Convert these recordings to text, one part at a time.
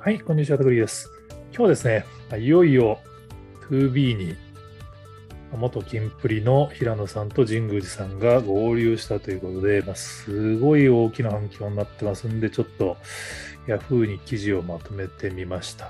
はい、こんにちは、たくりです。今日はですね、いよいよ 2B に元キンプリの平野さんと神宮寺さんが合流したということで、すごい大きな反響になってますんで、ちょっと Yahoo に記事をまとめてみました。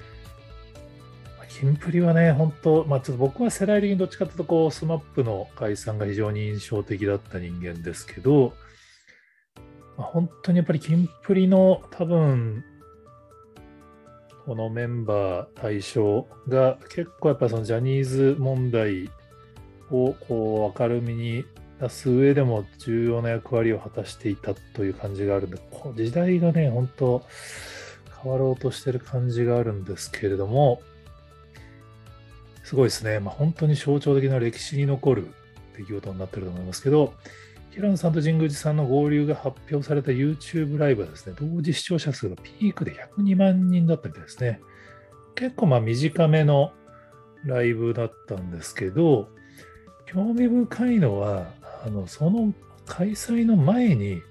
キンプリはね、本当、ちょっと僕は世代的にどっちかというと、スマップの解散が非常に印象的だった人間ですけど、本当にやっぱりキンプリの多分、このメンバー対象が結構やっぱりそのジャニーズ問題を明るみに出す上でも重要な役割を果たしていたという感じがあるんで、こう時代がね、本当変わろうとしてる感じがあるんですけれども、すごいですね。本当に象徴的な歴史に残る出来事になってると思いますけど、平野さんと神宮寺さんの合流が発表された YouTube ライブはですね、同時視聴者数がピークで102万人だったみたいですね。結構短めのライブだったんですけど、興味深いのは、その開催の前に、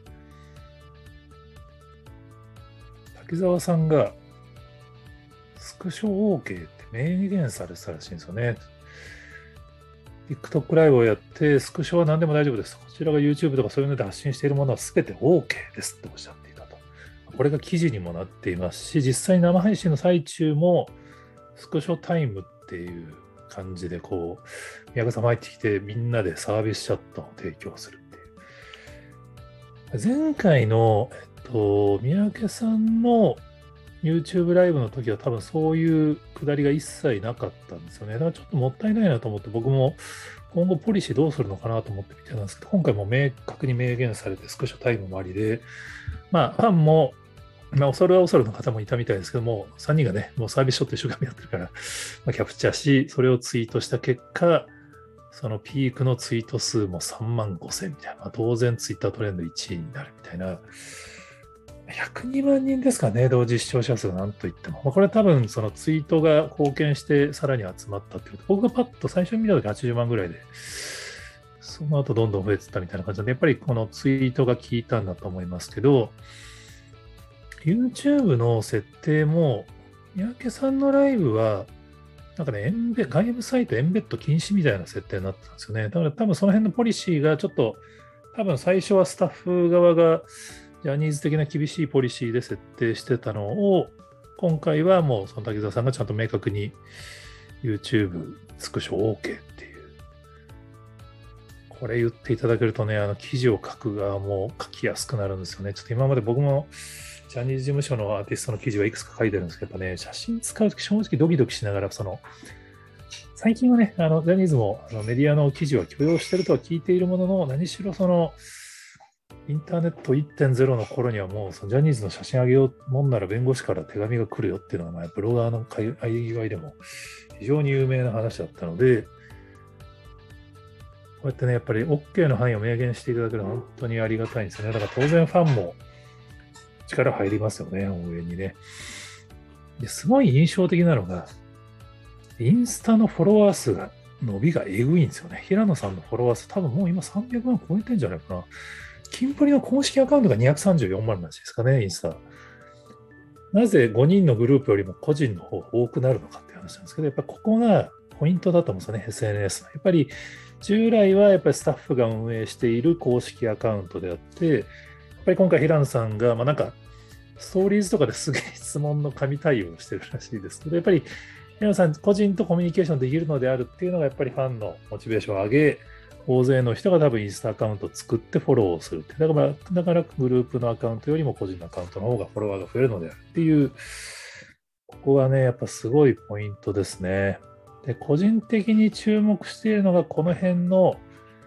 滝沢さんがスクショ OK って明言されてたらしいんですよね。TikTok ライブをやって、スクショは何でも大丈夫です。こちらが YouTube とかそういうので発信しているものは全て OK ですっておっしゃっていたと。これが記事にもなっていますし、実際に生配信の最中も、スクショタイムっていう感じで、宮家さん入ってきて、みんなでサービスチャットを提供するっていう。前回の、三宅さんの YouTube ライブの時は多分そういうくだりが一切なかったんですよね。だからちょっともったいないなと思って僕も今後ポリシーどうするのかなと思って見てたんですけど、今回も明確に明言されてスクショタイムもありで、ファンも、恐るは恐るの方もいたみたいですけども、3人がね、もうサービスショット一生懸命やってるから、キャプチャーし、それをツイートした結果、そのピークのツイート数も3万5千みたいな、当然ツイッタートレンド1位になるみたいな、102万人ですかね、同時視聴者数がなんといっても。これは多分そのツイートが貢献してさらに集まったっていうこと。僕がパッと最初に見たとき80万ぐらいで、その後どんどん増えてったみたいな感じで、やっぱりこのツイートが効いたんだと思いますけど、YouTube の設定も、三宅さんのライブは、なんかね、外部サイトエンベッド禁止みたいな設定になってたんですよね。だから多分その辺のポリシーがちょっと、多分最初はスタッフ側がジャニーズ的な厳しいポリシーで設定してたのを、今回はもうその滝沢さんがちゃんと明確に YouTube スクショ OK っていう。これ言っていただけるとね、記事を書く側も書きやすくなるんですよね。ちょっと今まで僕もジャニーズ事務所のアーティストの記事はいくつか書いてるんですけど、やっぱね、写真使うとき正直ドキドキしながら、最近はね、ジャニーズもメディアの記事は許容してるとは聞いているものの、何しろインターネット1.0の頃にはもうジャニーズの写真あげようもんなら弁護士から手紙が来るよっていうのは、ブロガーの界隈でも非常に有名な話だったので、こうやってね、やっぱり OK の範囲を明言していただけるのは本当にありがたいんですよね。だから当然ファンも力入りますよね、応援にね。ですごい印象的なのが、インスタのフォロワー数が伸びがえぐいんですよね。平野さんのフォロワー数多分もう今300万超えてんじゃないかな。キンプリの公式アカウントが234万らしいですかね、インスタ。なぜ5人のグループよりも個人の方が多くなるのかっていう話なんですけど、やっぱここがポイントだと思うんですよね、SNS の。やっぱり従来はやっぱりスタッフが運営している公式アカウントであって、やっぱり今回平野さんが、なんかストーリーズとかですげえ質問の紙対応をしてるらしいですけど、やっぱり平野さん個人とコミュニケーションできるのであるっていうのがやっぱりファンのモチベーションを上げ、大勢の人が多分インスタアカウントを作ってフォローをするって。だからグループのアカウントよりも個人のアカウントの方がフォロワーが増えるのであるっていう、ここがね、やっぱすごいポイントですね。で、個人的に注目しているのがこの辺の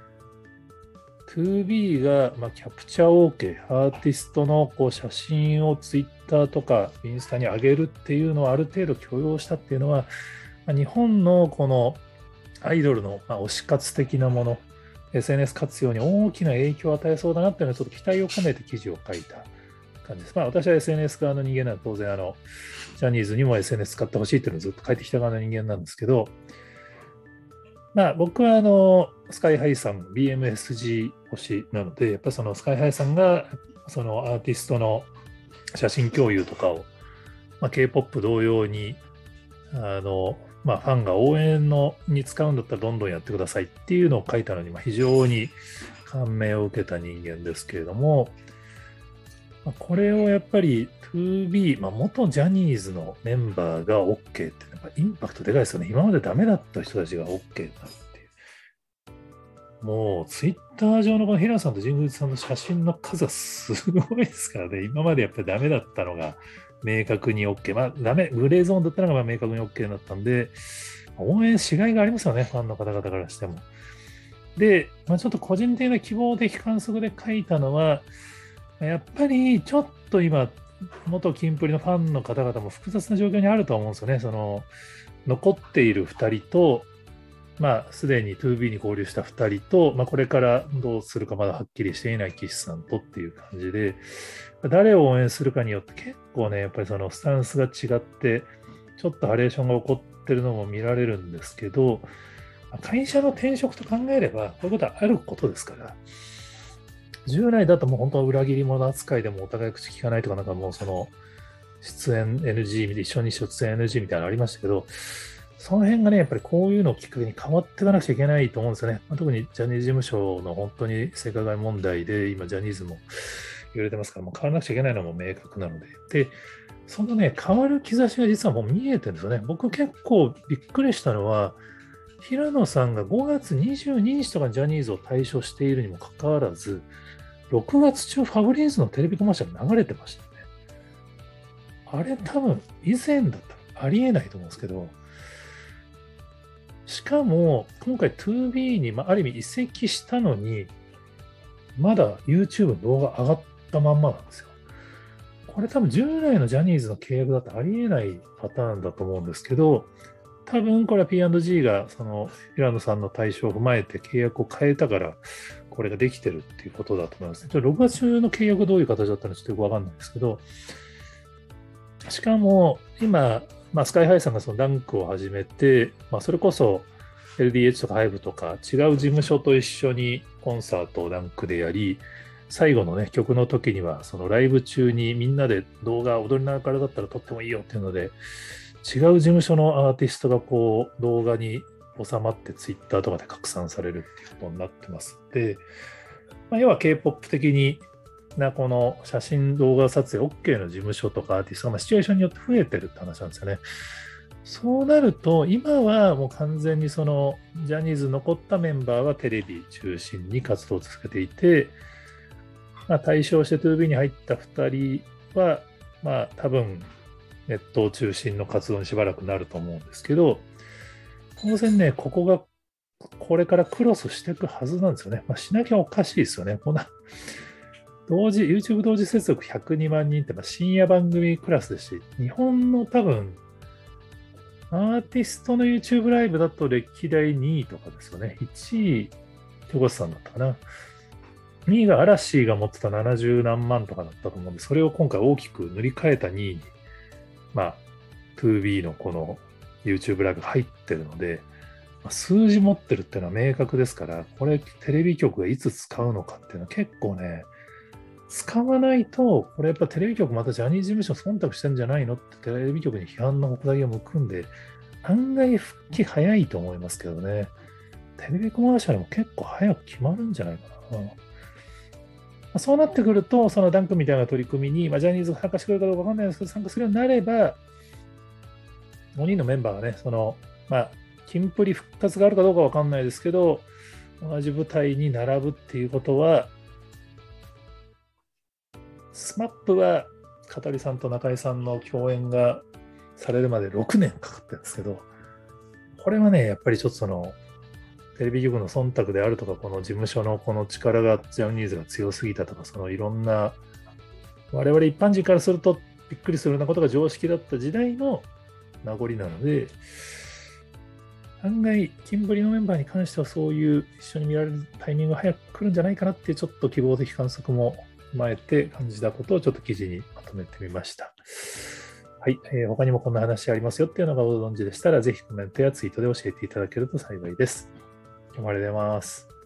2B が、キャプチャー OK、アーティストの写真をツイッターとかインスタに上げるっていうのをある程度許容したっていうのは、日本のこのアイドルの推し活的なもの、SNS 活用に大きな影響を与えそうだなっていうのはちょっと期待を込めて記事を書いた感じです。私は SNS 側の人間なので当然ジャニーズにも SNS 使ってほしいっていうのをずっと書いてきた側の人間なんですけど、僕はスカイハイさん BMSG 推しなので、やっぱスカイハイさんがそのアーティストの写真共有とかを K-POP 同様に、ファンが応援に使うんだったらどんどんやってくださいっていうのを書いたのに、非常に感銘を受けた人間ですけれども、これをやっぱり 2B、元ジャニーズのメンバーが OK ってやっぱインパクトでかいですよね。今までダメだった人たちが OK になるっていう。もうツイッター上のこの平野さんと神宮寺さんの写真の数がすごいですからね。今までやっぱりダメだったのが明確に OK。ダメ、グレーゾーンだったのが明確に OK になったんで、応援しがいがありますよね、ファンの方々からしても。で、ちょっと個人的な希望的観測で書いたのは、やっぱりちょっと今、元キンプリのファンの方々も複雑な状況にあると思うんですよね。残っている2人と、すでに 2B に合流した2人と、これからどうするかまだはっきりしていない岸さんとっていう感じで、誰を応援するかによって結構ね、やっぱりそのスタンスが違って、ちょっとハレーションが起こってるのも見られるんですけど、会社の転職と考えれば、こういうことはあることですから、従来だともう本当は裏切り者扱いでもお互い口聞かないとか、なんかもうその出演 NG、一緒に出演 NG みたいなのありましたけど、その辺がね、やっぱりこういうのをきっかけに変わっていかなくちゃいけないと思うんですよね。特にジャニーズ事務所の本当に性加害問題で、今ジャニーズも言われてますから、もう変わらなくちゃいけないのも明確なので。で、そのね、変わる兆しが実はもう見えてるんですよね。僕結構びっくりしたのは、平野さんが5月22日とかにジャニーズを退所しているにもかかわらず、6月中ファブリーズのテレビコマーシャル流れてましたね。あれ多分以前だったらありえないと思うんですけど、しかも今回 2B にある意味移籍したのに、まだ YouTube の動画上がったまんまなんですよ。これ多分従来のジャニーズの契約だとありえないパターンだと思うんですけど、多分これは P&G がその平野さんの対象を踏まえて契約を変えたから、これができてるっていうことだと思います。6月中の契約がどういう形だったのかちょっとよくわかんないんですけど、しかも今、スカイハイさんがそのダンクを始めて、それこそ LDH とか HYBE とか違う事務所と一緒にコンサートをダンクでやり、最後のね、曲の時には、そのライブ中にみんなで動画、踊りながらだったら撮ってもいいよっていうので、違う事務所のアーティストがこう動画に収まってツイッターとかで拡散されるっていうことになってますので、要は K-POP 的にこの写真動画撮影 OK の事務所とかアーティストがシチュエーションによって増えてるって話なんですよね。そうなると今はもう完全にそのジャニーズ残ったメンバーはテレビ中心に活動を続けていて、対象して 2B に入った2人は多分ネットを中心の活動にしばらくなると思うんですけど、当然ね、ここがこれからクロスしていくはずなんですよね。しなきゃおかしいですよね。こんなYouTube 同時接続102万人って深夜番組クラスですし、日本の多分、アーティストの YouTube ライブだと歴代2位とかですよね。1位、横瀬さんだったかな。2位が嵐が持ってた70何万とかだったと思うんで、それを今回大きく塗り替えた2位に、2B のこの YouTube ライブが入ってるので、数字持ってるっていうのは明確ですから、これテレビ局がいつ使うのかっていうのは結構ね、使わないと、これやっぱテレビ局またジャニーズ事務所忖度してんじゃないのってテレビ局に批判の矛先を向くんで、案外復帰早いと思いますけどね。テレビコマーシャルも結構早く決まるんじゃないかな。そうなってくると、そのダンクみたいな取り組みに、ジャニーズが参加してくれるかどうかわかんないですけど、参加するようになれば、5人のメンバーがね、キンプリ復活があるかどうかわかんないですけど、同じ舞台に並ぶっていうことは、SMAP は香取さんと中井さんの共演がされるまで6年かかってるんですけど、これはね、やっぱりちょっとその、テレビ局の忖度であるとか、この事務所のこの力が、ジャニーズが強すぎたとか、そのいろんな、我々一般人からするとびっくりするようなことが常識だった時代の名残なので、案外、キンプリのメンバーに関してはそういう一緒に見られるタイミングが早く来るんじゃないかなっていうちょっと希望的観測も踏まえて感じたことをちょっと記事にまとめてみました。はい、他にもこんな話ありますよっていうのがご存知でしたら、ぜひコメントやツイートで教えていただけると幸いです。今日もありがとうございます。